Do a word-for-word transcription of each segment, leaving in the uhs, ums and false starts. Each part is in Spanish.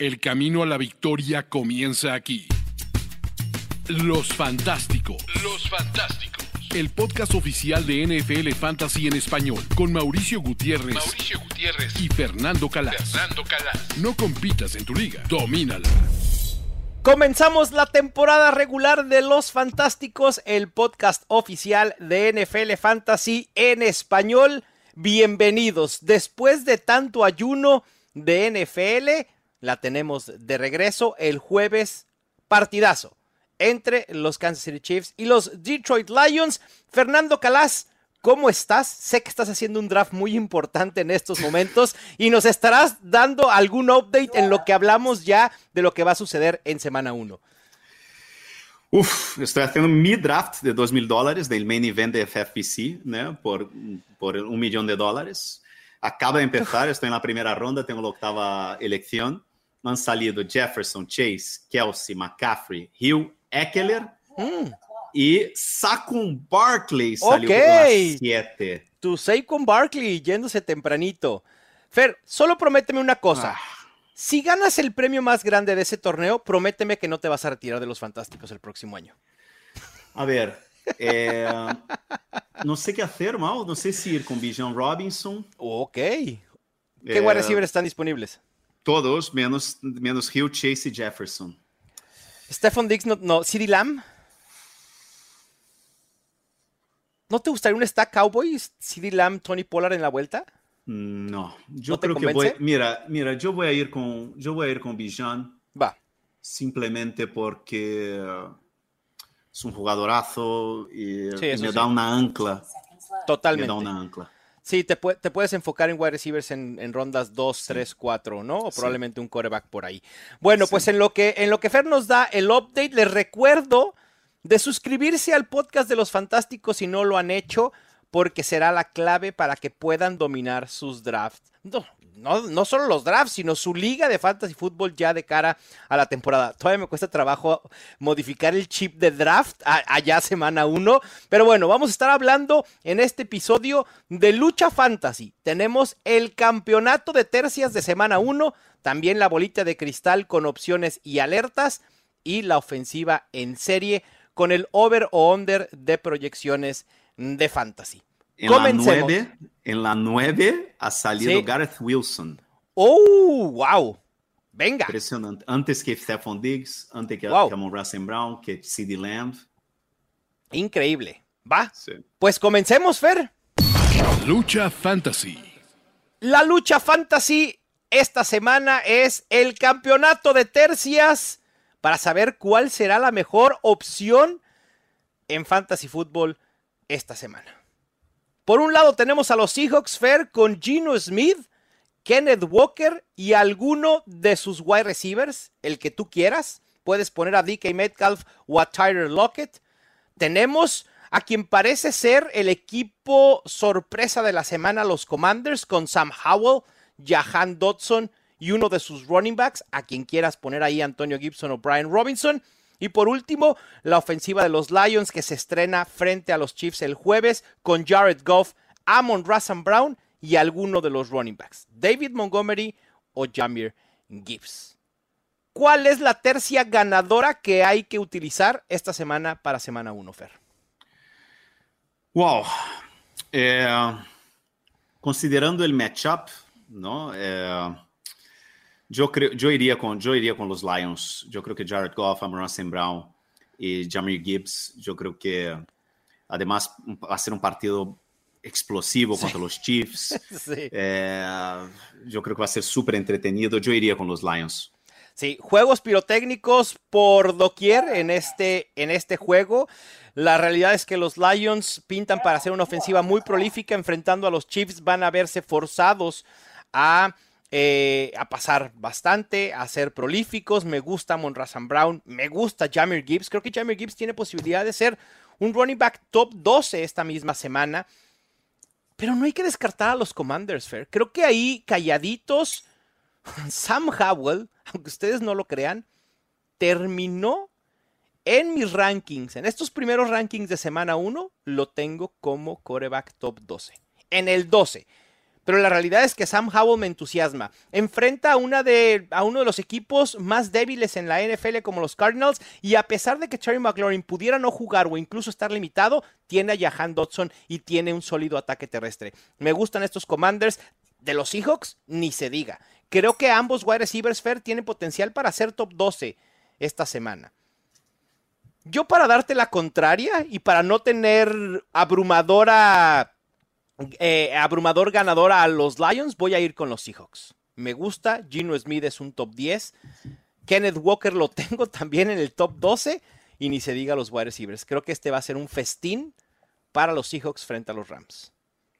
El camino a la victoria comienza aquí. Los Fantásticos. Los Fantásticos. El podcast oficial de N F L Fantasy en español, con Mauricio Gutiérrez, Mauricio Gutiérrez y Fernando Calas. Fernando Calas. No compitas en tu liga, domínala. Comenzamos la temporada regular de Los Fantásticos, el podcast oficial de N F L Fantasy en español. Bienvenidos. Después de tanto ayuno de N F L, la tenemos de regreso el jueves. Partidazo entre los Kansas City Chiefs y los Detroit Lions. Fernando Calas, ¿cómo estás? Sé que estás haciendo un draft muy importante en estos momentos y nos estarás dando algún update en lo que hablamos ya de lo que va a suceder en semana uno. Uf, estoy haciendo mi draft de dos mil dólares del main event de F F P C, ¿no? por, por un millón de dólares. Acaba de empezar, estoy en la primera ronda, tengo la octava elección. Han salido Jefferson, Chase, Kelsey, McCaffrey, Hill, Eckler mm. y Saquon Barkley salió okay. con las siete. Tu Saquon Barkley yéndose tempranito. Fer, solo prométeme una cosa. Ah. Si ganas el premio más grande de ese torneo, prométeme que no te vas a retirar de los Fantásticos el próximo año. A ver, eh, no sé qué hacer, Mau. No sé si ir con Bijan Robinson. Ok. ¿Qué eh, wide receivers están disponibles? Todos, menos, menos Hill, Chase y Jefferson. Stephon Diggs, no, no. CeeDee Lamb. ¿No te gustaría un stack Cowboys? CeeDee Lamb, Tony Pollard en la vuelta. No, yo ¿No te creo convence? que voy. Mira, mira, yo voy a ir con, yo voy a ir con Bijan. Va. Simplemente porque es un jugadorazo y, sí, y me sí. da una ancla. Totalmente. Me da una ancla. Sí, te, pu- te puedes enfocar en wide receivers en, en rondas dos, tres, cuatro, ¿no? O sí. Probablemente un quarterback por ahí. Bueno, sí. pues en lo que en lo que Fer nos da el update, les recuerdo de suscribirse al podcast de Los Fantásticos si no lo han hecho, porque será la clave para que puedan dominar sus drafts. No, no, no solo los drafts, sino su liga de fantasy fútbol ya de cara a la temporada. Todavía me cuesta trabajo modificar el chip de draft a, allá semana uno. Pero bueno, vamos a estar hablando en este episodio de Lucha Fantasy. Tenemos el campeonato de tercias de semana uno, también la bolita de cristal con opciones y alertas, y la ofensiva en serie con el over o under de proyecciones de fantasy. En la, nueve, en la nueve ha salido sí. Gareth Wilson. ¡Oh, wow! Venga. Impresionante. Antes que Stephon Diggs, antes que wow. Amon-Ra Saint Brown, que CeeDee Lamb. Increíble. Va. Sí. Pues comencemos, Fer. Lucha Fantasy. La lucha fantasy esta semana es el campeonato de tercias para saber cuál será la mejor opción en fantasy fútbol esta semana. Por un lado tenemos a los Seahawks, Fer, con Geno Smith, Kenneth Walker y alguno de sus wide receivers, el que tú quieras. Puedes poner a D K Metcalf o a Tyler Lockett. Tenemos a quien parece ser el equipo sorpresa de la semana, los Commanders, con Sam Howell, Jahan Dotson y uno de sus running backs, a quien quieras poner ahí, Antonio Gibson o Brian Robinson. Y por último, la ofensiva de los Lions, que se estrena frente a los Chiefs el jueves con Jared Goff, Amon-Ra Saint Brown y alguno de los running backs, David Montgomery o Jahmyr Gibbs. ¿Cuál es la tercia ganadora que hay que utilizar esta semana para semana uno, Fer? Wow. Eh, considerando el matchup, ¿no? Eh, Yo, creo, yo, iría con, yo iría con los Lions. Yo creo que Jared Goff, Amon-Ra Saint Brown y Jahmyr Gibbs, yo creo que además va a ser un partido explosivo sí. contra los Chiefs. sí. eh, yo creo que va a ser súper entretenido. Yo iría con los Lions. Sí, juegos pirotécnicos por doquier en este, en este juego. La realidad es que los Lions pintan para hacer una ofensiva muy prolífica. Enfrentando a los Chiefs van a verse forzados a... Eh, a pasar bastante, a ser prolíficos. Me gusta Amon-Ra Saint Brown, me gusta Jahmyr Gibbs. Creo que Jahmyr Gibbs tiene posibilidad de ser un running back top doce esta misma semana. Pero no hay que descartar a los Commanders, Fer. Creo que ahí, calladitos, Sam Howell, aunque ustedes no lo crean, terminó en mis rankings. En estos primeros rankings de semana uno, lo tengo como quarterback top doce. En el doce. pero la realidad es que Sam Howell me entusiasma. Enfrenta a, una de, a uno de los equipos más débiles en la N F L como los Cardinals, y a pesar de que Terry McLaurin pudiera no jugar o incluso estar limitado, tiene a Jahan Dotson y tiene un sólido ataque terrestre. Me gustan estos Commanders. De los Seahawks, ni se diga. Creo que ambos wide receivers, Fer, tienen potencial para ser top doce esta semana. Yo, para darte la contraria y para no tener abrumadora, eh, abrumador ganadora a los Lions, voy a ir con los Seahawks. Me gusta, Geno Smith es un top diez. Kenneth Walker lo tengo también en el top doce. Y ni se diga los wide receivers. Creo que este va a ser un festín para los Seahawks frente a los Rams.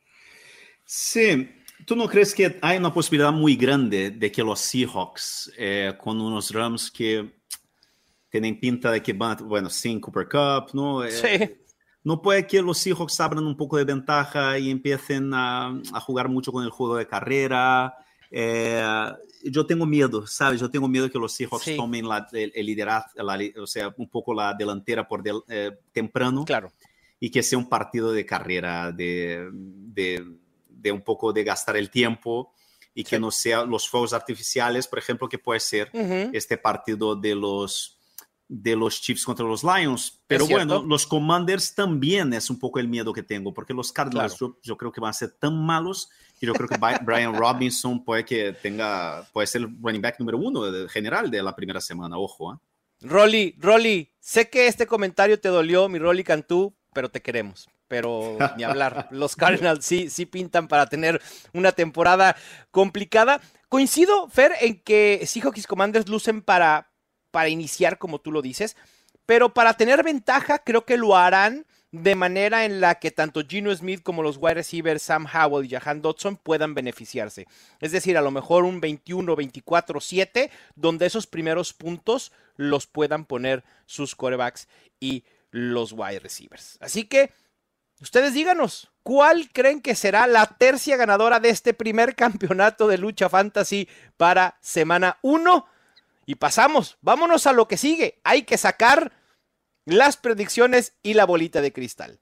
Sí. ¿Tú no crees que hay una posibilidad muy grande de que los Seahawks, eh, con unos Rams que tienen pinta de que van, bueno, sin Cooper Kupp, ¿no? Eh, Sí. ¿No puede que los Seahawks abran un poco de ventaja y empiecen a, a jugar mucho con el juego de carrera? Eh, yo tengo miedo, ¿sabes? Yo tengo miedo que los Seahawks Sí. tomen la, el, el liderazgo, la, o sea, un poco la delantera por del, eh, temprano. Claro. Y que sea un partido de carrera, de... de de un poco de gastar el tiempo y que sí. no sean los fuegos artificiales, por ejemplo, que puede ser uh-huh. este partido de los, de los Chiefs contra los Lions. Pero bueno, los Commanders también es un poco el miedo que tengo, porque los Cardinals claro. yo, yo creo que van a ser tan malos que yo creo que Brian Robinson puede que tenga, puede ser el running back número uno de, general de la primera semana, ojo. ¿eh? Rolly, Rolly, sé que este comentario te dolió, mi Rolly Cantú, pero te queremos. Pero ni hablar, los Cardinals sí, sí pintan para tener una temporada complicada. Coincido, Fer, en que Seahawks y Commanders lucen para, para iniciar, como tú lo dices, pero para tener ventaja creo que lo harán de manera en la que tanto Geno Smith como los wide receivers Sam Howell y Jahan Dotson puedan beneficiarse. Es decir, a lo mejor un veintiuno veinticuatro siete, donde esos primeros puntos los puedan poner sus quarterbacks y los wide receivers. Así que ustedes díganos, ¿cuál creen que será la tercia ganadora de este primer campeonato de lucha fantasy para semana uno? Y pasamos, vámonos a lo que sigue. Hay que sacar las predicciones y la bolita de cristal.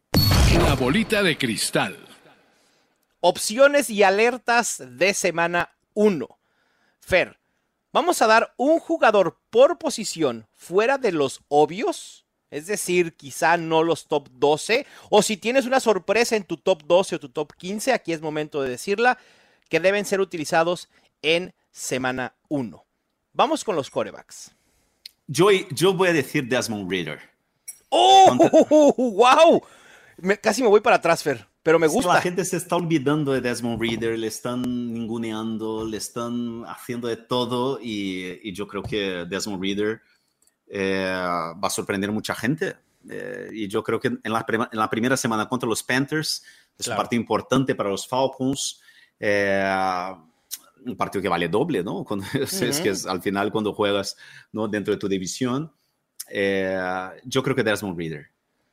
La bolita de cristal. Opciones y alertas de semana uno. Fer, vamos a dar un jugador por posición fuera de los obvios. Es decir, quizá no los top doce, o si tienes una sorpresa en tu top doce o tu top quince, aquí es momento de decirla, que deben ser utilizados en semana uno. Vamos con los quarterbacks. Yo, yo voy a decir Desmond Ridder. ¡Oh! Contra... ¡Wow! Me, casi me voy para atrás, Fer, pero me gusta. La gente se está olvidando de Desmond Ridder, le están ninguneando, le están haciendo de todo, y, y yo creo que Desmond Ridder Eh, va a sorprender mucha gente, eh, y yo creo que en la, en la primera semana contra los Panthers es claro. un partido importante para los Falcons, eh, un partido que vale doble, ¿no? Cuando, uh-huh. es que es al final cuando juegas, ¿no? dentro de tu división. Eh, yo creo que Desmond Ridder.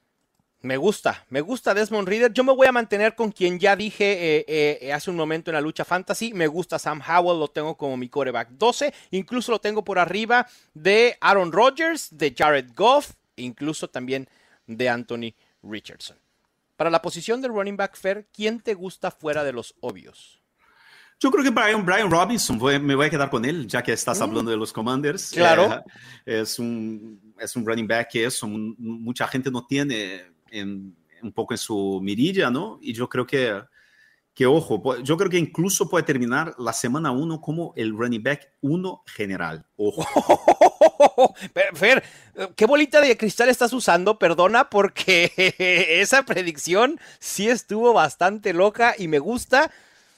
Me gusta, me gusta Desmond Ridder. Yo me voy a mantener con quien ya dije eh, eh, hace un momento en la lucha fantasy. Me gusta Sam Howell, lo tengo como mi quarterback doce. Incluso lo tengo por arriba de Aaron Rodgers, de Jared Goff, incluso también de Anthony Richardson. Para la posición del running back, Fer, ¿quién te gusta fuera de los obvios? Yo creo que Brian, Brian Robinson, voy, me voy a quedar con él, ya que estás mm. hablando de los Commanders. Claro. Eh, es, un, es un running back que eso, mucha gente no tiene... En, un poco en su mirilla, ¿no? Y yo creo que, que, ojo, yo creo que incluso puede terminar la semana uno como el running back uno general. Ojo. Fer, ¿qué bolita de cristal estás usando? Perdona, porque esa predicción sí estuvo bastante loca y me gusta.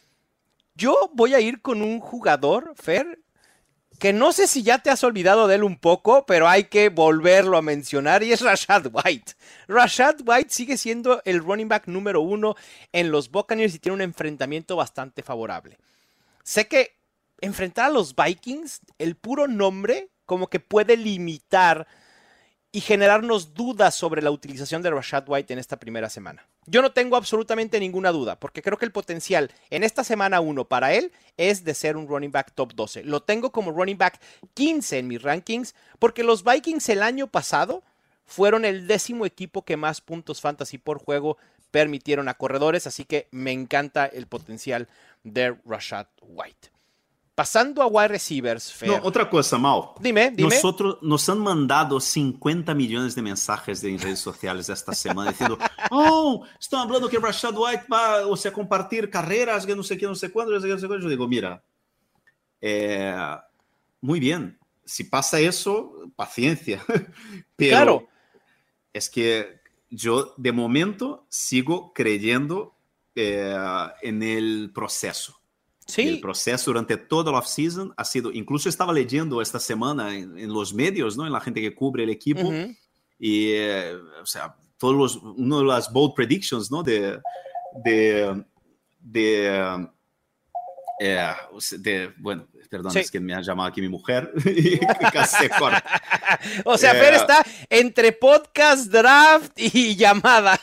Yo voy a ir con un jugador, Fer, que no sé si ya te has olvidado de él un poco, pero hay que volverlo a mencionar, y es Rachaad White. Rachaad White sigue siendo el running back número uno en los Buccaneers y tiene un enfrentamiento bastante favorable. Sé que enfrentar a los Vikings, el puro nombre, como que puede limitar y generarnos dudas sobre la utilización de Rachaad White en esta primera semana. Yo no tengo absolutamente ninguna duda, porque creo que el potencial en esta semana uno para él es de ser un running back top doce. Lo tengo como running back quince en mis rankings, porque los Vikings el año pasado fueron el décimo equipo que más puntos fantasy por juego permitieron a corredores, así que me encanta el potencial de Rachaad White. Pasando a wide receivers, Fer. No, otra cosa, Mau. Dime, dime. Nosotros nos han mandado cincuenta millones de mensajes en redes sociales esta semana diciendo, oh, están hablando que Rachaad White va, o sea, a compartir carreras, que no sé qué, no sé cuándo, no sé qué, no sé cuándo. Yo digo, mira, eh, muy bien, si pasa eso, paciencia. Pero claro. Es que yo, de momento, sigo creyendo eh, en el proceso. Sí. Y el proceso durante toda la off-season ha sido, incluso estaba leyendo esta semana en, en los medios, ¿no? En la gente que cubre el equipo, uh-huh. y, eh, o sea, todos los, una de las bold predictions, ¿no? De, de, de, eh, de bueno, perdón, sí. Es que me ha llamado aquí mi mujer y casi se corta. O sea, Fer eh, está entre podcast, draft y llamada.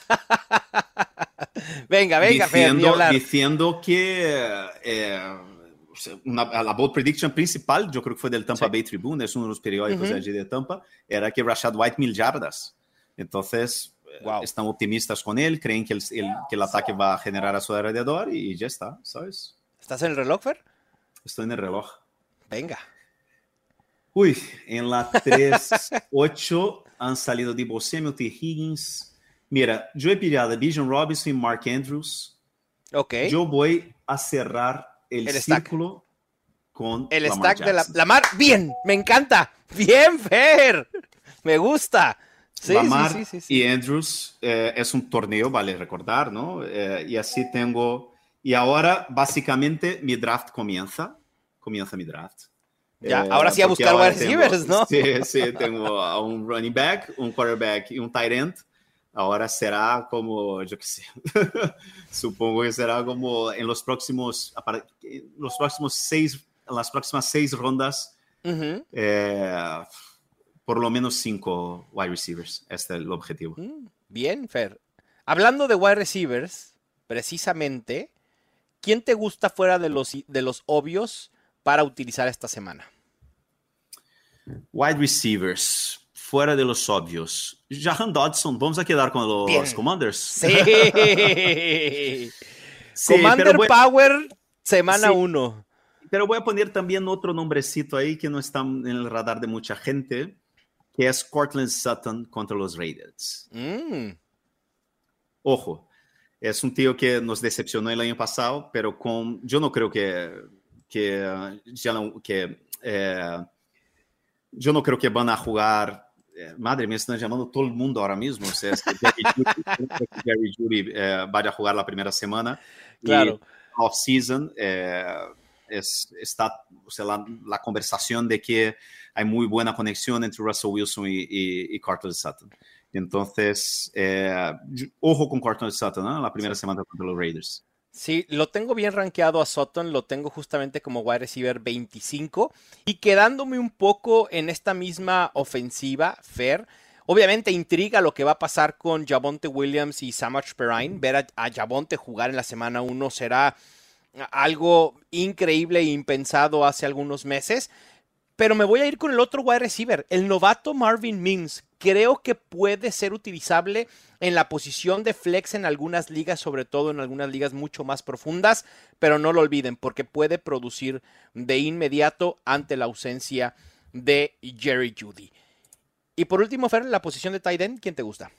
Venga, venga, diciendo, Fer, diciendo que eh, una, la bold prediction principal, yo creo que fue del Tampa sí. Bay Tribune, es uno de los periódicos uh-huh. allí de Tampa, era que Rachaad White mil yardas. Entonces, wow. están optimistas con él, creen que el, el, que el ataque va a generar a su alrededor y ya está, ¿sabes? ¿Estás en el reloj, Fer? Estoy en el reloj. Venga. Uy, en la tres ocho han salido Deebo Samuel, T. Higgins. Mira, yo he pillado a Bijan Robinson y Mark Andrews. Ok. Yo voy a cerrar el, el círculo con el Lamar stack Jackson. de la Lamar. Bien, me encanta. Bien, Fer. Me gusta. Sí, Lamar sí, sí, sí, sí. y Andrews eh, es un torneo, vale recordar, ¿no? Eh, y así tengo... Y ahora, básicamente, mi draft comienza. Comienza mi draft. Ya, eh, ahora sí a buscar wide receivers, ¿no? Sí, sí, tengo a un running back, un quarterback y un tight end. Ahora será como, yo qué sé, supongo que será como en los próximos, en los próximos seis, en las próximas seis rondas, uh-huh. eh, por lo menos cinco wide receivers. Este es el objetivo. Bien, Fer. Hablando de wide receivers, precisamente, ¿quién te gusta fuera de los, de los obvios para utilizar esta semana? Wide receivers, fuera de los obvios. Jahan Dodson, vamos a quedar con los Bien. Commanders. Sí. sí Commander voy... Power, semana uno. Sí. Pero voy a poner también otro nombrecito ahí que no está en el radar de mucha gente, que es Courtland Sutton contra los Raiders. Mm. Ojo, es un tío que nos decepcionó el año pasado, pero con, yo no creo que, que, ya no, que eh, yo no creo que van a jugar. Eh, madre mía, están llamando todo el mundo ahora mismo. O sea, es que Jerry Jeudy eh, vaya a jugar la primera semana. Claro. Y off-season eh, es, está, o sea, la, la conversación de que hay muy buena conexión entre Russell Wilson y, y, y Courtland Sutton. Entonces, eh, ojo con Courtland Sutton, ¿no? La primera sí. semana contra los Raiders. Sí, lo tengo bien rankeado a Sutton, lo tengo justamente como wide receiver veinticinco y quedándome un poco en esta misma ofensiva, Fer, obviamente intriga lo que va a pasar con Javonte Williams y Samaje Perine. Ver a, a Javonte jugar en la semana uno será algo increíble e impensado hace algunos meses. Pero me voy a ir con el otro wide receiver, el novato Marvin Mims. Creo que puede ser utilizable en la posición de flex en algunas ligas, sobre todo en algunas ligas mucho más profundas, pero no lo olviden porque puede producir de inmediato ante la ausencia de Jerry Jeudy. Y por último, Fer, la posición de tight end, ¿quién te gusta?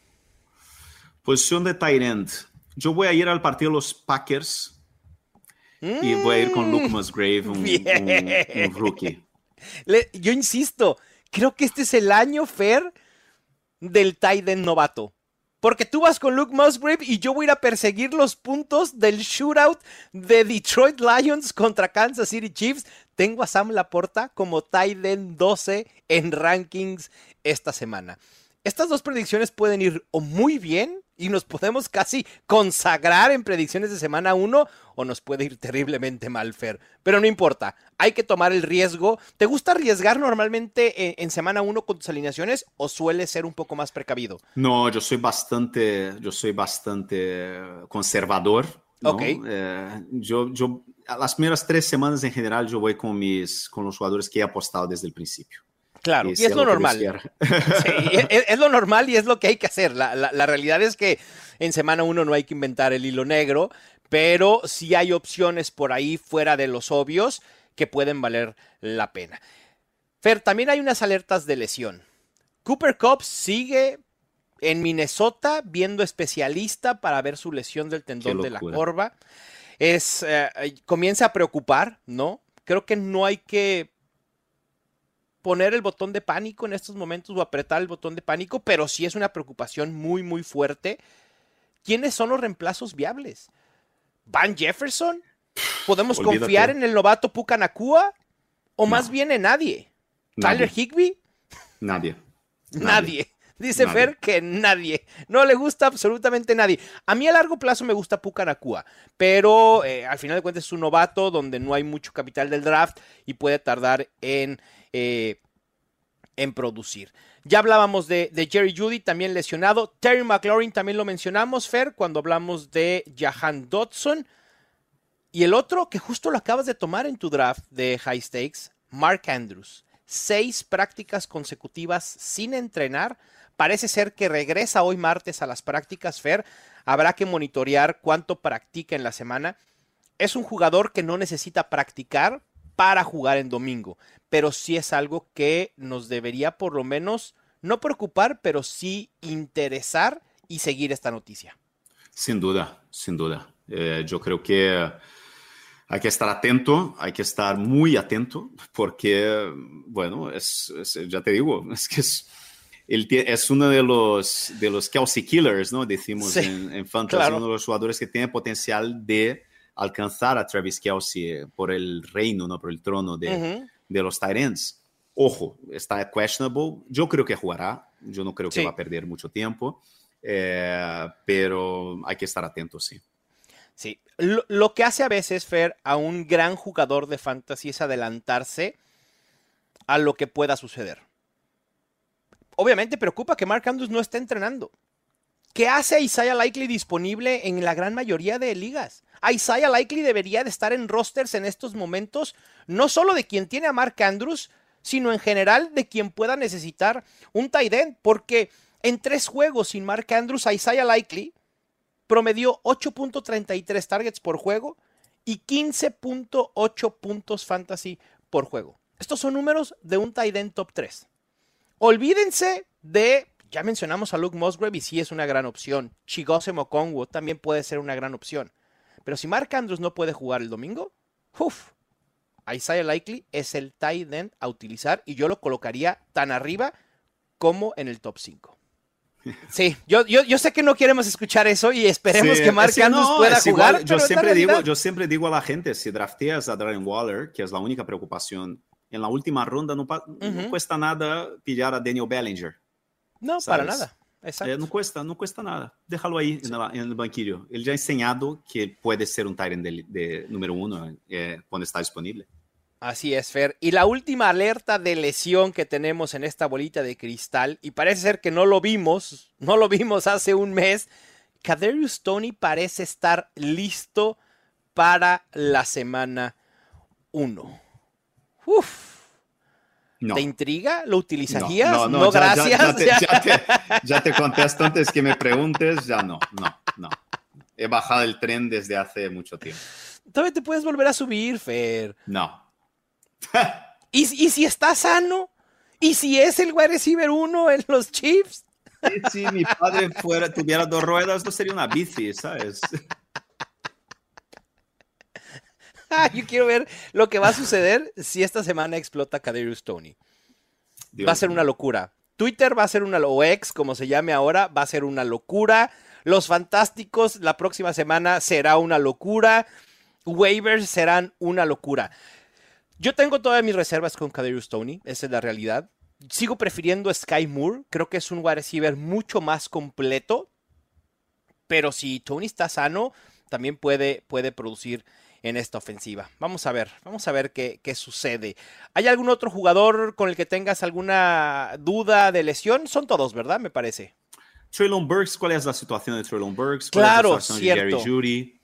Posición de tight end. Yo voy a ir al partido de los Packers mm, y voy a ir con Luke Musgrave, un, un, un rookie. Le, yo insisto, creo que este es el año, Fer, del tight end novato. Porque tú vas con Luke Musgrave y yo voy a ir a perseguir los puntos del shootout de Detroit Lions contra Kansas City Chiefs. Tengo a Sam Laporta como tight end doce en rankings esta semana. Estas dos predicciones pueden ir o muy bien y nos podemos casi consagrar en predicciones de semana uno, o nos puede ir terriblemente mal, Fer. Pero no importa, hay que tomar el riesgo. ¿Te gusta arriesgar normalmente en, en semana uno con tus alineaciones o sueles ser un poco más precavido? No, yo soy bastante, yo soy bastante conservador, ¿no? Ok. Eh, yo, yo, las primeras tres semanas en general yo voy con, mis, con los jugadores que he apostado desde el principio. Claro, y, y es lo, lo normal. Sí, es, es lo normal y es lo que hay que hacer. La, la, la realidad es que en semana uno no hay que inventar el hilo negro, pero sí hay opciones por ahí fuera de los obvios que pueden valer la pena. Fer, también hay unas alertas de lesión. Cooper Kupp sigue en Minnesota viendo especialista para ver su lesión del tendón de la corva. Es, eh, comienza a preocupar, ¿no? Creo que no hay que poner el botón de pánico en estos momentos o apretar el botón de pánico, pero sí es una preocupación muy, muy fuerte. ¿Quiénes son los reemplazos viables? ¿Van Jefferson? ¿Podemos Olvídate. confiar en el novato Puka Nacua? ¿O no. más bien en nadie? nadie? ¿Tyler Higbee? Nadie. Nadie. nadie. Dice nadie. Fer que nadie. No le gusta absolutamente nadie. A mí a largo plazo me gusta Puka Nacua, pero eh, al final de cuentas es un novato donde no hay mucho capital del draft y puede tardar en, eh, en producir. Ya hablábamos de, de Jerry Jeudy, también lesionado. Terry McLaurin también lo mencionamos, Fer, cuando hablamos de Jahan Dotson. Y el otro, que justo lo acabas de tomar en tu draft de High Stakes, Mark Andrews. Seis prácticas consecutivas sin entrenar. Parece ser que regresa hoy martes a las prácticas, Fer. Habrá que monitorear cuánto practica en la semana. Es un jugador que no necesita practicar para jugar en domingo, pero sí es algo que nos debería por lo menos no preocupar, pero sí interesar y seguir esta noticia. Sin duda, sin duda. Eh, yo creo que hay que estar atento, hay que estar muy atento, porque, bueno, es, es, ya te digo, es que es, el, es uno de los, de los Kelsey Killers, ¿no? Decimos sí, en, en Fantasy, claro. Uno de los jugadores que tiene potencial de alcanzar a Travis Kelce por el reino, ¿no? Por el trono de, uh-huh. de los tight ends. Ojo, está questionable. Yo creo que jugará. Yo no creo que sí. va a perder mucho tiempo. Eh, pero hay que estar atentos, sí. Sí. Lo, lo que hace a veces, Fer, a un gran jugador de fantasy es adelantarse a lo que pueda suceder. Obviamente preocupa que Mark Andrews no esté entrenando. ¿Qué hace Isaiah Likely disponible en la gran mayoría de ligas? Isaiah Likely debería de estar en rosters en estos momentos, no solo de quien tiene a Mark Andrews, sino en general de quien pueda necesitar un tight end, porque en tres juegos sin Mark Andrews, Isaiah Likely promedió ocho punto treinta y tres targets por juego y quince punto ocho puntos fantasy por juego. Estos son números de un tight end top tres. Olvídense de... Ya mencionamos a Luke Musgrave y sí es una gran opción. Chigoziem Okonkwo también puede ser una gran opción. Pero si Mark Andrews no puede jugar el domingo, uff, Isaiah Likely es el tight end a utilizar y yo lo colocaría tan arriba como en el top cinco. Sí, yo, yo, yo sé que no queremos escuchar eso y esperemos sí, que Mark sí, Andrews no, pueda jugar. Igual, yo, siempre digo, yo siempre digo a la gente, si drafteas a Darren Waller, que es la única preocupación, en la última ronda no, uh-huh. no cuesta nada pillar a Daniel Bellinger. No, ¿sabes? Para nada. Exacto. Eh, no cuesta, no cuesta nada. Déjalo ahí sí. en, la, en el banquillo. Él ya ha enseñado que puede ser un tight end de, de número uno eh, cuando está disponible. Así es, Fer. Y la última alerta de lesión que tenemos en esta bolita de cristal, y parece ser que no lo vimos, no lo vimos hace un mes, Kadarius Toney parece estar listo para la semana uno. Uf. No. ¿Te intriga? ¿Lo utilizarías? No, no, no, no ya, gracias. Ya, ya, te, ya, te, ya te contesto antes que me preguntes. Ya no, no, no. He bajado el tren desde hace mucho tiempo. Todavía te puedes volver a subir, Fer. No. ¿Y, ¿Y si está sano? ¿Y si es el wide receiver uno en los Chiefs? Y si mi padre fuera, tuviera dos ruedas, no sería una bici, ¿sabes? Yo quiero ver lo que va a suceder si esta semana explota Kadarius Toney. Dios va a ser una locura. Twitter va a ser una, o X, como se llame ahora, va a ser una locura. Los Fantásticos la próxima semana será una locura. Waivers serán una locura. Yo tengo todas mis reservas con Kadarius Toney, esa es la realidad. Sigo prefiriendo a Sky Moore, creo que es un wide receiver mucho más completo. Pero si Toney está sano, también puede, puede producir en esta ofensiva. Vamos a ver, vamos a ver qué, qué sucede. ¿Hay algún otro jugador con el que tengas alguna duda de lesión? Son todos, ¿verdad? Me parece. Treylon Burks, ¿cuál es la situación de Treylon Burks? ¿Cuál claro, es la situación cierto. de Jerry Jeudy?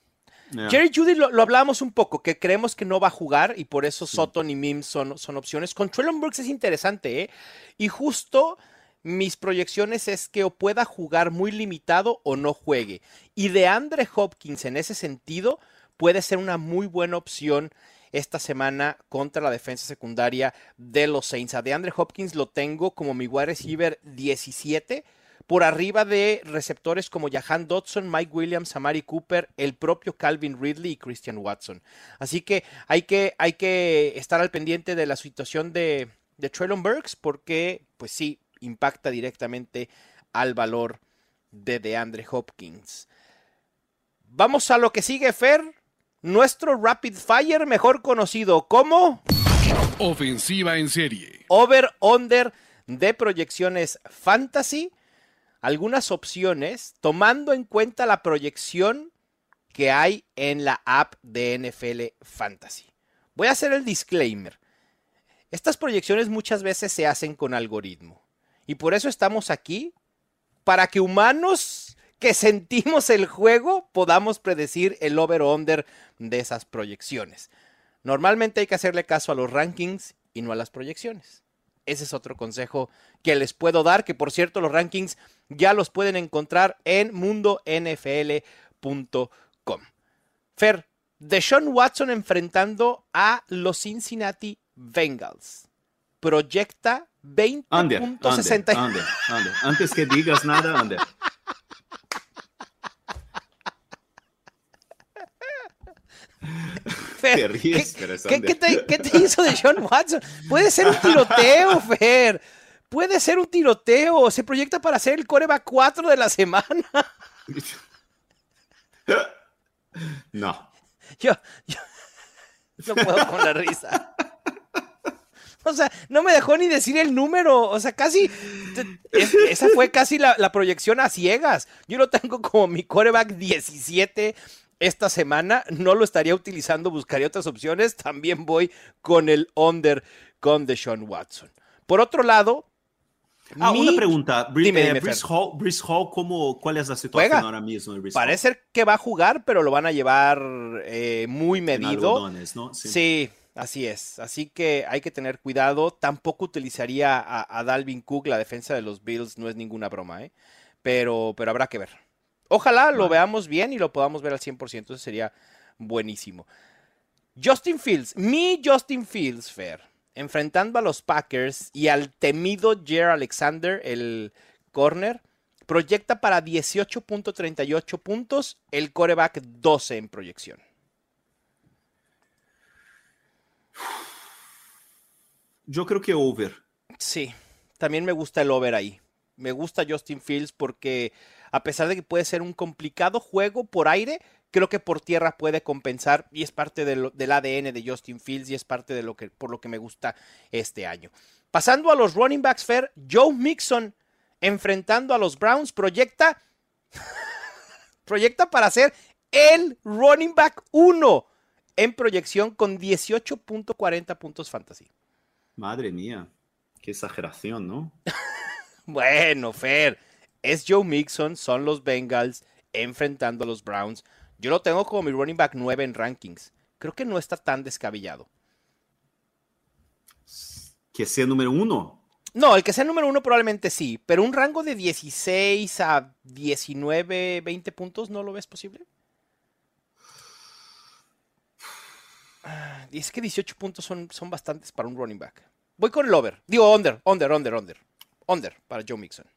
Yeah. Jerry Jeudy lo, lo hablábamos un poco, que creemos que no va a jugar y por eso sí. Sutton y Mims son, son opciones. Con Treylon Burks es interesante, ¿eh? Y justo mis proyecciones es que o pueda jugar muy limitado o no juegue. Y DeAndre Hopkins en ese sentido puede ser una muy buena opción esta semana contra la defensa secundaria de los Saints. A DeAndre Hopkins lo tengo como mi wide receiver diecisiete, por arriba de receptores como Jahan Dotson, Mike Williams, Amari Cooper, el propio Calvin Ridley y Christian Watson. Así que hay que, hay que estar al pendiente de la situación de, de Treylon Burks porque, pues sí, impacta directamente al valor de DeAndre Hopkins. Vamos a lo que sigue, Fer. Nuestro Rapid Fire, mejor conocido como... Ofensiva en serie. Over-under de proyecciones fantasy. Algunas opciones tomando en cuenta la proyección que hay en la app de N F L Fantasy. Voy a hacer el disclaimer. Estas proyecciones muchas veces se hacen con algoritmo. Y por eso estamos aquí, para que humanos que sentimos el juego podamos predecir el over-under de esas proyecciones. Normalmente hay que hacerle caso a los rankings y no a las proyecciones. Ese es otro consejo que les puedo dar, que por cierto los rankings ya los pueden encontrar en mundo N F L punto com. Fer, Deshaun Watson enfrentando a los Cincinnati Bengals. Proyecta veinte punto sesenta. Under, under, under. Antes que digas nada, under. Fer, te ríes, ¿qué, pero es ¿qué, under. ¿qué, te, ¿Qué te hizo Deshaun Watson? Puede ser un tiroteo, Fer. Puede ser un tiroteo. Se proyecta para ser el quarterback cuatro de la semana. No. Yo, yo no puedo con la risa. O sea, no me dejó ni decir el número. O sea, casi... Es, esa fue casi la, la proyección a ciegas. Yo lo tengo como mi quarterback diecisiete esta semana. No lo estaría utilizando, buscaría otras opciones. También voy con el under con Deshaun Watson. Por otro lado... Ah, mi... una pregunta. Bri dime, eh, dime, Breece Hall, Breece Hall ¿cómo, ¿cuál es la situación Juega. ahora mismo? De Breece Parece Hall? que va a jugar, pero lo van a llevar eh, muy medido. En algodones, ¿no? Sí. Sí, así es. Así que hay que tener cuidado. Tampoco utilizaría a, a Dalvin Cook. La defensa de los Bills no es ninguna broma, ¿eh? Pero, pero habrá que ver. Ojalá lo Vale. veamos bien y lo podamos ver al cien por ciento. Eso sería buenísimo. Justin Fields. Mi Justin Fields, Fer. Enfrentando a los Packers y al temido Jaire Alexander, el corner, proyecta para dieciocho punto treinta y ocho puntos, el quarterback doce en proyección. Yo creo que over. Sí, también me gusta el over ahí. Me gusta Justin Fields porque a pesar de que puede ser un complicado juego por aire, creo que por tierra puede compensar y es parte de lo, del A D N de Justin Fields y es parte de lo que, por lo que me gusta este año. Pasando a los running backs, Fer, Joe Mixon enfrentando a los Browns proyecta, proyecta para ser el running back uno en proyección con dieciocho punto cuarenta puntos fantasy. Madre mía, qué exageración, ¿no? Bueno, Fer, es Joe Mixon, son los Bengals enfrentando a los Browns. Yo lo tengo como mi running back nueve en rankings. Creo que no está tan descabellado. ¿Que sea número uno? No, el que sea número uno probablemente sí, pero un rango de dieciséis a diecinueve, veinte puntos, ¿no lo ves posible? Y es que dieciocho puntos son, son bastantes para un running back. Voy con el over. Digo under, under, under, under. Under para Joe Mixon.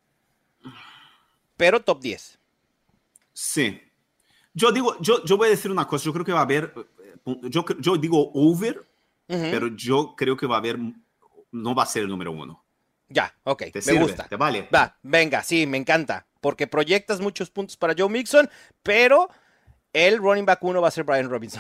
Pero top diez. Sí. Yo digo, yo, yo voy a decir una cosa. Yo creo que va a haber, yo, yo digo over, uh-huh. pero yo creo que va a haber, no va a ser el número uno. Ya, ok, ¿Te me sirve? gusta. ¿Te vale? Va, venga, sí, me encanta. Porque proyectas muchos puntos para Joe Mixon, pero el running back uno va a ser Brian Robinson.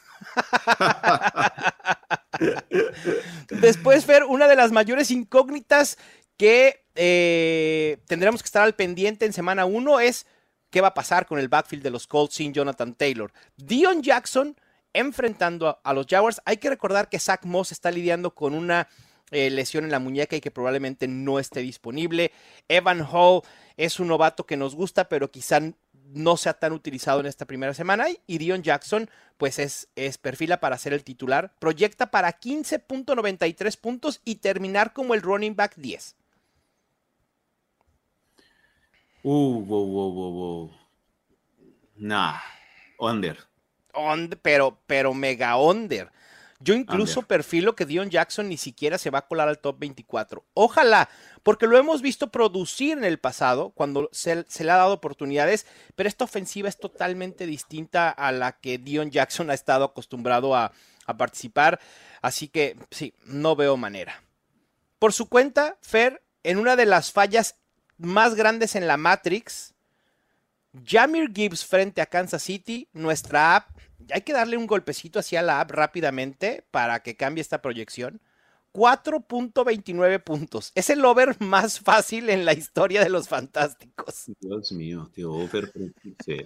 Después, Fer, una de las mayores incógnitas que eh, tendremos que estar al pendiente en semana uno es qué va a pasar con el backfield de los Colts sin Jonathan Taylor. Deion Jackson enfrentando a, a los Jaguars. Hay que recordar que Zach Moss está lidiando con una eh, lesión en la muñeca y que probablemente no esté disponible. Evan Hall es un novato que nos gusta, pero quizá no sea tan utilizado en esta primera semana. Y Deion Jackson, pues es, es perfila para ser el titular. Proyecta para quince punto noventa y tres puntos y terminar como el running back diez. Uh, wow, wow, wow, wow. Nah, under. On, pero, pero mega under. Yo incluso Under. perfilo que Deion Jackson ni siquiera se va a colar al top veinticuatro. Ojalá, porque lo hemos visto producir en el pasado cuando se, se le ha dado oportunidades, pero esta ofensiva es totalmente distinta a la que Deion Jackson ha estado acostumbrado a, a participar. Así que sí, no veo manera. Por su cuenta, Fer, en una de las fallas más grandes en la Matrix, Jahmyr Gibbs frente a Kansas City, nuestra app, hay que darle un golpecito hacia la app rápidamente para que cambie esta proyección. cuatro punto veintinueve puntos. Es el over más fácil en la historia de los fantásticos. Dios mío, tío, over. Sí.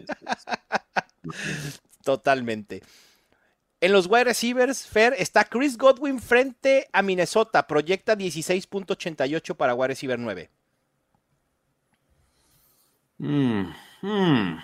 Totalmente. En los wide receivers, Fer, está Chris Godwin frente a Minnesota. Proyecta dieciséis punto ochenta y ocho para wide receiver nueve. Mm, mm.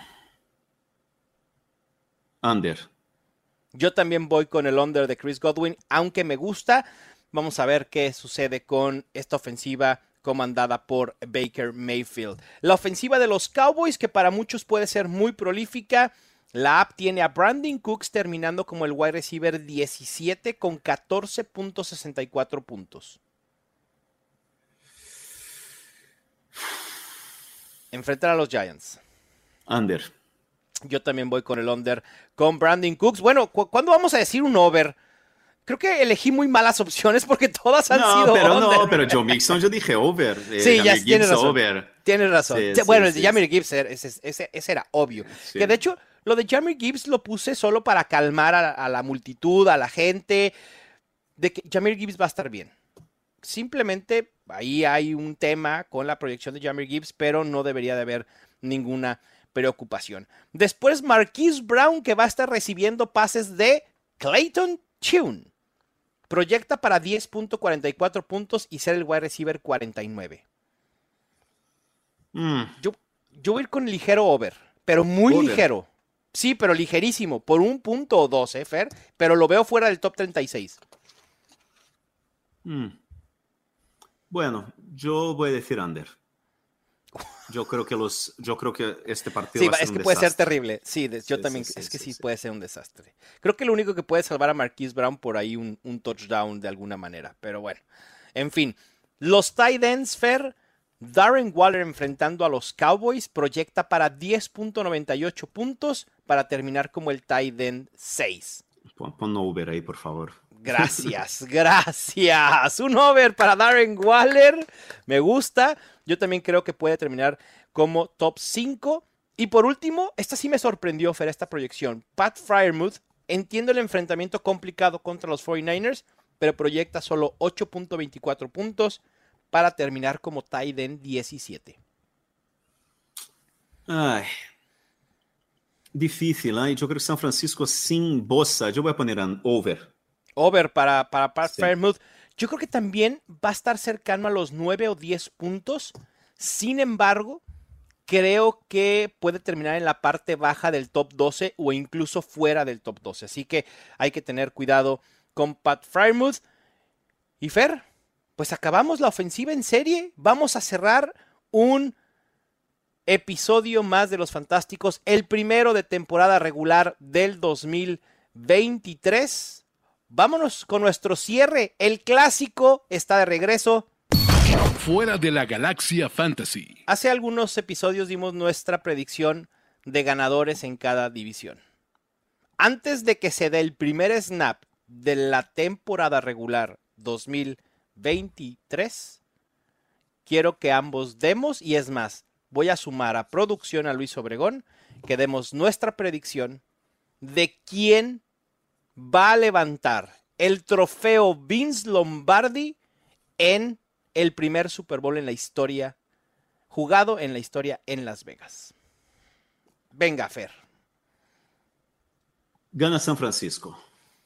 Under. Yo también voy con el under de Chris Godwin, aunque me gusta. Vamos a ver qué sucede con esta ofensiva comandada por Baker Mayfield. La ofensiva de los Cowboys, que para muchos puede ser muy prolífica. La app tiene a Brandon Cooks terminando como el wide receiver diecisiete con catorce punto sesenta y cuatro puntos. Enfrentan a los Giants. Under. Yo también voy con el under con Brandon Cooks. Bueno, ¿cu ¿cuándo vamos a decir un over? Creo que elegí muy malas opciones porque todas han no, sido pero under. No, pero Joe Mixon yo dije over. Eh, sí, ya Gibbs tienes razón. Over. Tienes razón. Sí, bueno, sí, el de sí, Jahmyr sí. Gibbs, ese, ese, ese era obvio. Sí. Que de hecho, lo de Jahmyr Gibbs lo puse solo para calmar a, a la multitud, a la gente, de que Jahmyr Gibbs va a estar bien. Simplemente ahí hay un tema con la proyección de Jahmyr Gibbs, pero no debería de haber ninguna preocupación. Después Marquise Brown, que va a estar recibiendo pases de Clayton Tune. Proyecta para diez punto cuarenta y cuatro puntos y ser el wide receiver cuarenta y nueve. Mm. Yo, yo voy a ir con ligero over, pero muy Over. ligero. Sí, pero ligerísimo, por un punto o dos, ¿eh, Fer? Pero lo veo fuera del top treinta y seis. Mm. Bueno, yo voy a decir under. Yo creo que los, yo creo que este partido Sí, va a ser es un que puede ser desastre. terrible. Sí, de- yo Sí, también, sí, sí, es que sí, sí, sí. puede ser un desastre. Creo que lo único que puede salvar a Marquise Brown por ahí un, un touchdown de alguna manera, pero bueno. En fin, los tight ends, Fer, Darren Waller enfrentando a los Cowboys, proyecta para diez punto noventa y ocho puntos para terminar como el tight end seis. Pon, pon over ahí, por favor. Gracias, gracias. Un over para Darren Waller. Me gusta. Yo también creo que puede terminar como top cinco. Y por último, esta sí me sorprendió, Fer, esta proyección. Pat Freiermuth, entiendo el enfrentamiento complicado contra los cuarenta y nueve ers, pero proyecta solo ocho punto veinticuatro puntos para terminar como tight end diecisiete. Ay. Difícil, ¿eh? Yo creo que San Francisco sin Bosa, yo voy a poner un over. Over para, para Pat Sí. Freiermuth. Yo creo que también va a estar cercano a los nueve o diez puntos. Sin embargo, creo que puede terminar en la parte baja del top doce o incluso fuera del top doce. Así que hay que tener cuidado con Pat Freiermuth. Y Fer, pues acabamos la ofensiva en serie. Vamos a cerrar un episodio más de Los Fantásticos, el primero de temporada regular del dos mil veintitrés. Vámonos con nuestro cierre. El clásico está de regreso. Fuera de la Galaxia Fantasy. Hace algunos episodios dimos nuestra predicción de ganadores en cada división. Antes de que se dé el primer snap de la temporada regular dos mil veintitrés, quiero que ambos demos, y es más, voy a sumar a producción a Luis Obregón, que demos nuestra predicción de quién va a levantar el trofeo Vince Lombardi en el primer Super Bowl en la historia, jugado en la historia en Las Vegas. Venga, Fer. Gana San Francisco.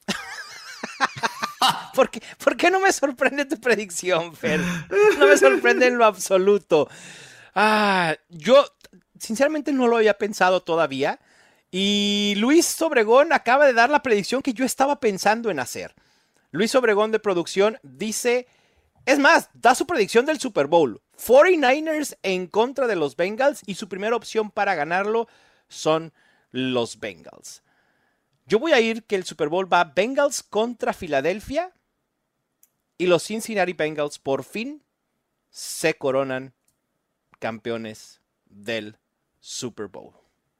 ¿Por qué, ¿Por qué no me sorprende tu predicción, Fer? No me sorprende en lo absoluto. Ah, yo sinceramente no lo había pensado todavía. Y Luis Obregón acaba de dar la predicción que yo estaba pensando en hacer. Luis Obregón de producción dice, es más, da su predicción del Super Bowl. cuarenta y nueve ers en contra de los Bengals y su primera opción para ganarlo son los Bengals. Yo voy a ir que el Super Bowl va Bengals contra Filadelfia y los Cincinnati Bengals por fin se coronan campeones del Super Bowl.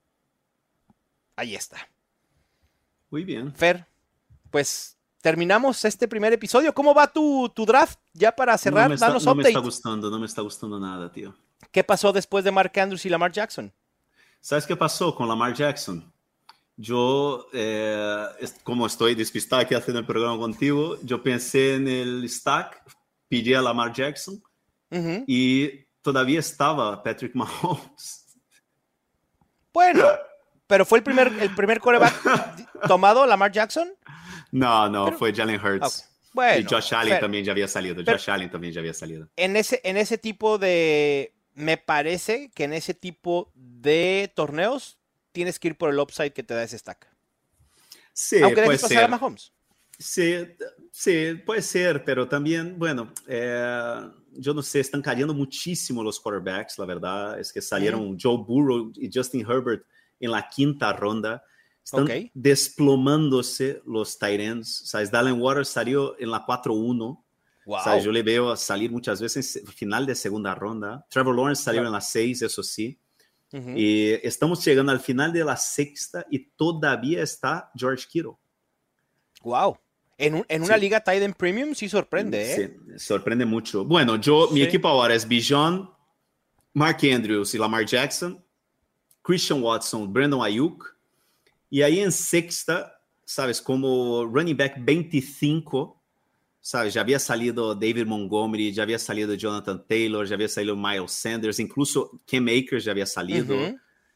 Ahí está. Muy bien. Fer, pues terminamos este primer episodio. ¿Cómo va tu, tu draft? Ya para cerrar, no me está, danos no update. me está gustando, no me está gustando nada, tío. ¿Qué pasó después de Mark Andrews y Lamar Jackson? ¿Sabes qué pasó con Lamar Jackson? Yo, eh, como estoy despistado aquí haciendo el programa contigo, yo pensé en el stack, pillé a Lamar Jackson uh-huh. y todavía estaba Patrick Mahomes. Bueno, pero fue el primer, el primer quarterback tomado, Lamar Jackson. No, no, pero, fue Jalen Hurts. Okay. Bueno, y Josh Allen pero, también ya había salido. pero, Josh Allen también ya había salido. En ese, en ese tipo de... Me parece que en ese tipo de torneos tienes que ir por el upside que te da ese stack. Sí, aunque puede dejes pasar ser. a Mahomes. Sí, sí, puede ser, pero también, bueno, eh, yo no sé, están cayendo muchísimo los quarterbacks, la verdad. Es que salieron mm. Joe Burrow y Justin Herbert en la quinta ronda. Están okay. desplomándose los tight ends. ¿Sabes? Dallin Waters salió en la cuatro uno. Wow. ¿Sabes? Yo le veo salir muchas veces en final de segunda ronda. Trevor Lawrence salió claro. en la seis, eso sí. Uh-huh. Y estamos llegando al final de la sexta y todavía está George Kittle. Wow. En, un, en una sí. liga tight end premium sí sorprende, ¿eh? Sí, sorprende mucho. Bueno, yo, sí. mi equipo ahora es Bijan, Mark Andrews y Lamar Jackson, Christian Watson, Brandon Ayuk. Y ahí en sexta, ¿sabes? Como running back veinticinco, ¿sabes? Ya había salido David Montgomery, ya había salido Jonathan Taylor, ya había salido Miles Sanders, incluso Cam Akers ya había salido. Uh-huh.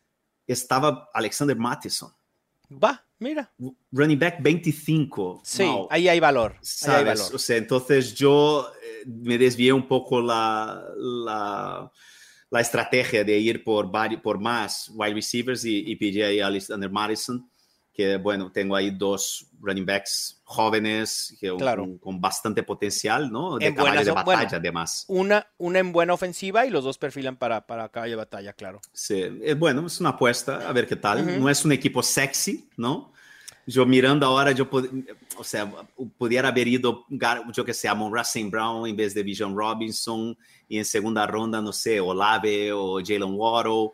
Estaba Alexander Mattison. Va, mira. Running back veinticinco. Sí, wow. ahí hay valor. ¿Sabes? Ahí hay valor. O sea, entonces yo eh, me desvié un poco la, la, la estrategia de ir por, por más wide receivers y, y pillé ahí a Alexander Mattison, que bueno, tengo ahí dos running backs jóvenes que, claro. un, con bastante potencial, ¿no? De en caballo buenas, de batalla, bueno, además. Una, una en buena ofensiva y los dos perfilan para, para caballo de batalla, claro. Sí, es bueno, es una apuesta, a ver qué tal. Uh-huh. No es un equipo sexy, ¿no? Yo mirando ahora, yo pod- o sea, pudiera haber ido, yo que sé, a Amon-Ra Saint Brown en vez de Bijan Robinson, y en segunda ronda, no sé, Olave o Jalen Waddle.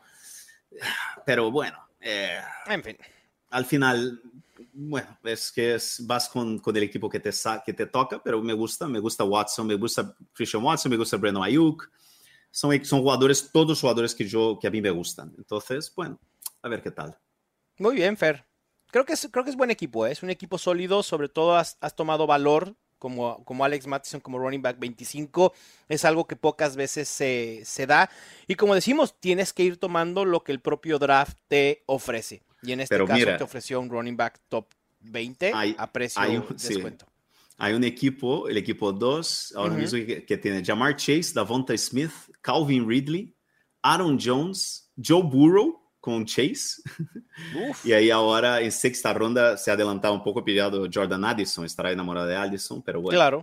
Pero bueno, eh, en fin. Al final, bueno, es que es, vas con, con el equipo que te, que te toca, pero me gusta, me gusta Watson, me gusta Christian Watson, me gusta Brandon Ayuk. Son, son jugadores, todos jugadores que, yo, que a mí me gustan. Entonces, bueno, a ver qué tal. Muy bien, Fer. Creo que es, creo que es buen equipo, ¿eh? Es un equipo sólido, sobre todo has, has tomado valor como, como Alex Mattison, como running back veinticinco. Es algo que pocas veces se, se da. Y como decimos, tienes que ir tomando lo que el propio draft te ofrece. Y en este Pero caso mira, te ofreció un running back top veinte hay, a precio hay de un, descuento. Sí. Hay un equipo, el equipo dos, ahora uh-huh. mismo que, que tiene Jamar Chase, Davonta Smith, Calvin Ridley, Aaron Jones, Joe Burrow con Chase. Uf. Y ahí ahora en sexta ronda se ha adelantado un poco, pillado Jordan Addison, estará enamorado de Addison, pero bueno. Claro.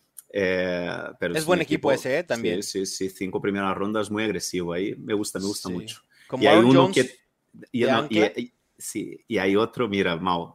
Eh, pero es, es buen equipo, equipo ese, ¿eh? También. Sí, sí, sí, cinco primeras rondas, muy agresivo ahí, me gusta, me gusta sí. mucho. Como y Aaron hay uno Jones que... Y, no, y, y, sí, y hay otro, mira, Mau.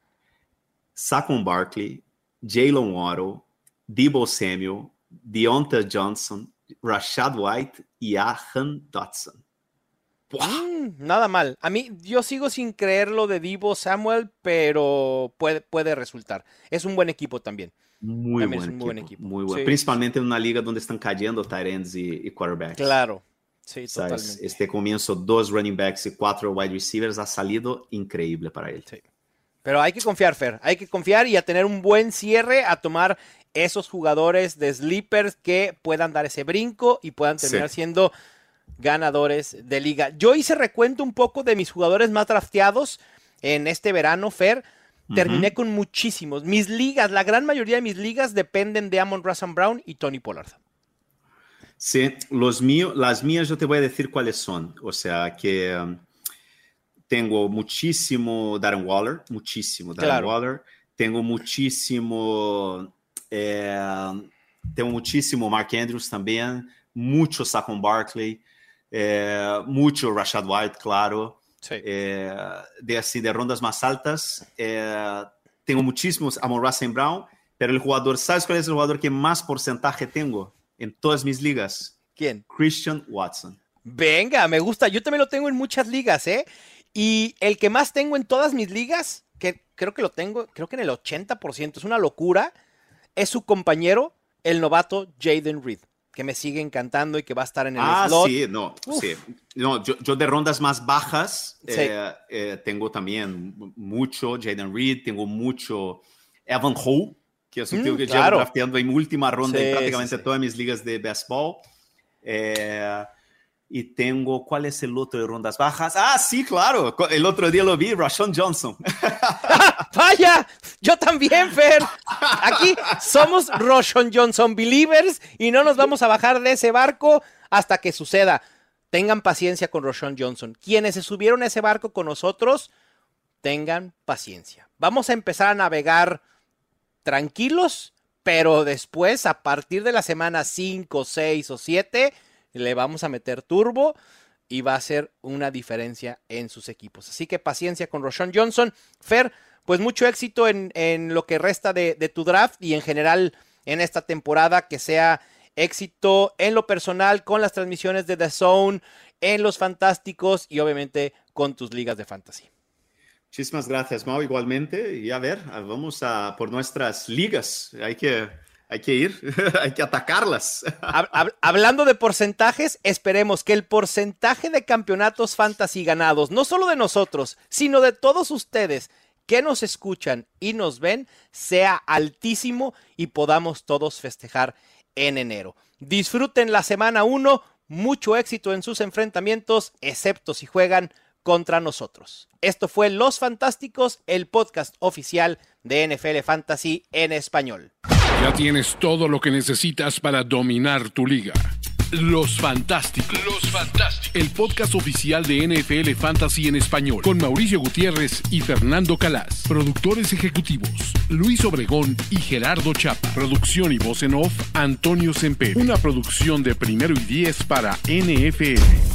Saquon Barkley, Jalen Waddle, Deebo Samuel, Deontay Johnson, Rashad White y Jahan Dotson. Mm, nada mal. A mí, yo sigo sin creer lo de Deebo Samuel, pero puede, puede resultar. Es un buen equipo también. Muy, también buen, es un equipo, buen equipo. Muy bueno. Sí. Principalmente en una liga donde están cayendo tight ends y, y quarterbacks. Claro. Sí, ¿sabes? Totalmente. Este comienzo, dos running backs y cuatro wide receivers ha salido increíble para él. Sí. Pero hay que confiar, Fer. Hay que confiar y a tener un buen cierre, a tomar esos jugadores de sleepers que puedan dar ese brinco y puedan terminar sí. siendo ganadores de liga. Yo hice recuento un poco de mis jugadores más drafteados en este verano, Fer. Terminé uh-huh. con muchísimos. Mis ligas, la gran mayoría de mis ligas dependen de Amon-Ra Saint Brown y Tony Pollard. Sí, los míos, las mías yo te voy a decir cuáles son. O sea, que um, tengo muchísimo Darren Waller, muchísimo Darren Claro. Waller. Tengo muchísimo, eh, tengo muchísimo Mark Andrews también, mucho Saquon Barkley, eh, mucho Rashad White, claro. Sí. Eh, de así, de rondas más altas, eh, tengo muchísimos Amon-Ra Saint Brown, pero el jugador, ¿sabes cuál es el jugador que más porcentaje tengo en todas mis ligas? ¿Quién? Christian Watson. Venga, me gusta. Yo también lo tengo en muchas ligas, ¿eh? Y el que más tengo en todas mis ligas, que creo que lo tengo, creo que en el ochenta por ciento, es una locura, es su compañero, el novato Jaden Reed, que me sigue encantando y que va a estar en el Ah, slot. sí, no, sí. No, yo, yo de rondas más bajas Sí. eh, eh, tengo también mucho Jaden Reed, tengo mucho Evan Howe, que es un Mm, tío que claro. llevo drafteando en última ronda Sí, en prácticamente sí, sí. todas mis ligas de baseball. Eh, y tengo, ¿cuál es el otro de rondas bajas? Ah, sí, claro, el otro día lo vi, Rashawn Johnson. ¡Vaya! Yo también, Fer. Aquí somos Roschon Johnson believers y no nos vamos a bajar de ese barco hasta que suceda. Tengan paciencia con Roschon Johnson. Quienes se subieron a ese barco con nosotros, tengan paciencia. Vamos a empezar a navegar tranquilos, pero después, a partir de la semana cinco, seis o siete, le vamos a meter turbo y va a ser una diferencia en sus equipos. Así que paciencia con Roschon Johnson. Fer, pues mucho éxito en, en lo que resta de, de tu draft y en general en esta temporada, que sea éxito en lo personal con las transmisiones de The Zone, en los fantásticos y obviamente con tus ligas de fantasy. Muchísimas gracias, Mau, igualmente. Y a ver, vamos a por nuestras ligas. Hay que, hay que ir, hay que atacarlas. Hab- hab- hablando de porcentajes, esperemos que el porcentaje de campeonatos fantasy ganados, no solo de nosotros, sino de todos ustedes que nos escuchan y nos ven, sea altísimo y podamos todos festejar en enero. Disfruten la semana uno, mucho éxito en sus enfrentamientos, excepto si juegan contra nosotros. Esto fue Los Fantásticos, el podcast oficial de N F L Fantasy en español. Ya tienes todo lo que necesitas para dominar tu liga. Los Fantásticos. Los Fantásticos. El podcast oficial de N F L Fantasy en español. Con Mauricio Gutiérrez y Fernando Calas. Productores ejecutivos. Luis Obregón y Gerardo Chapa. Producción y voz en off, Antonio Semper. Una producción de Primero y Diez para N F L.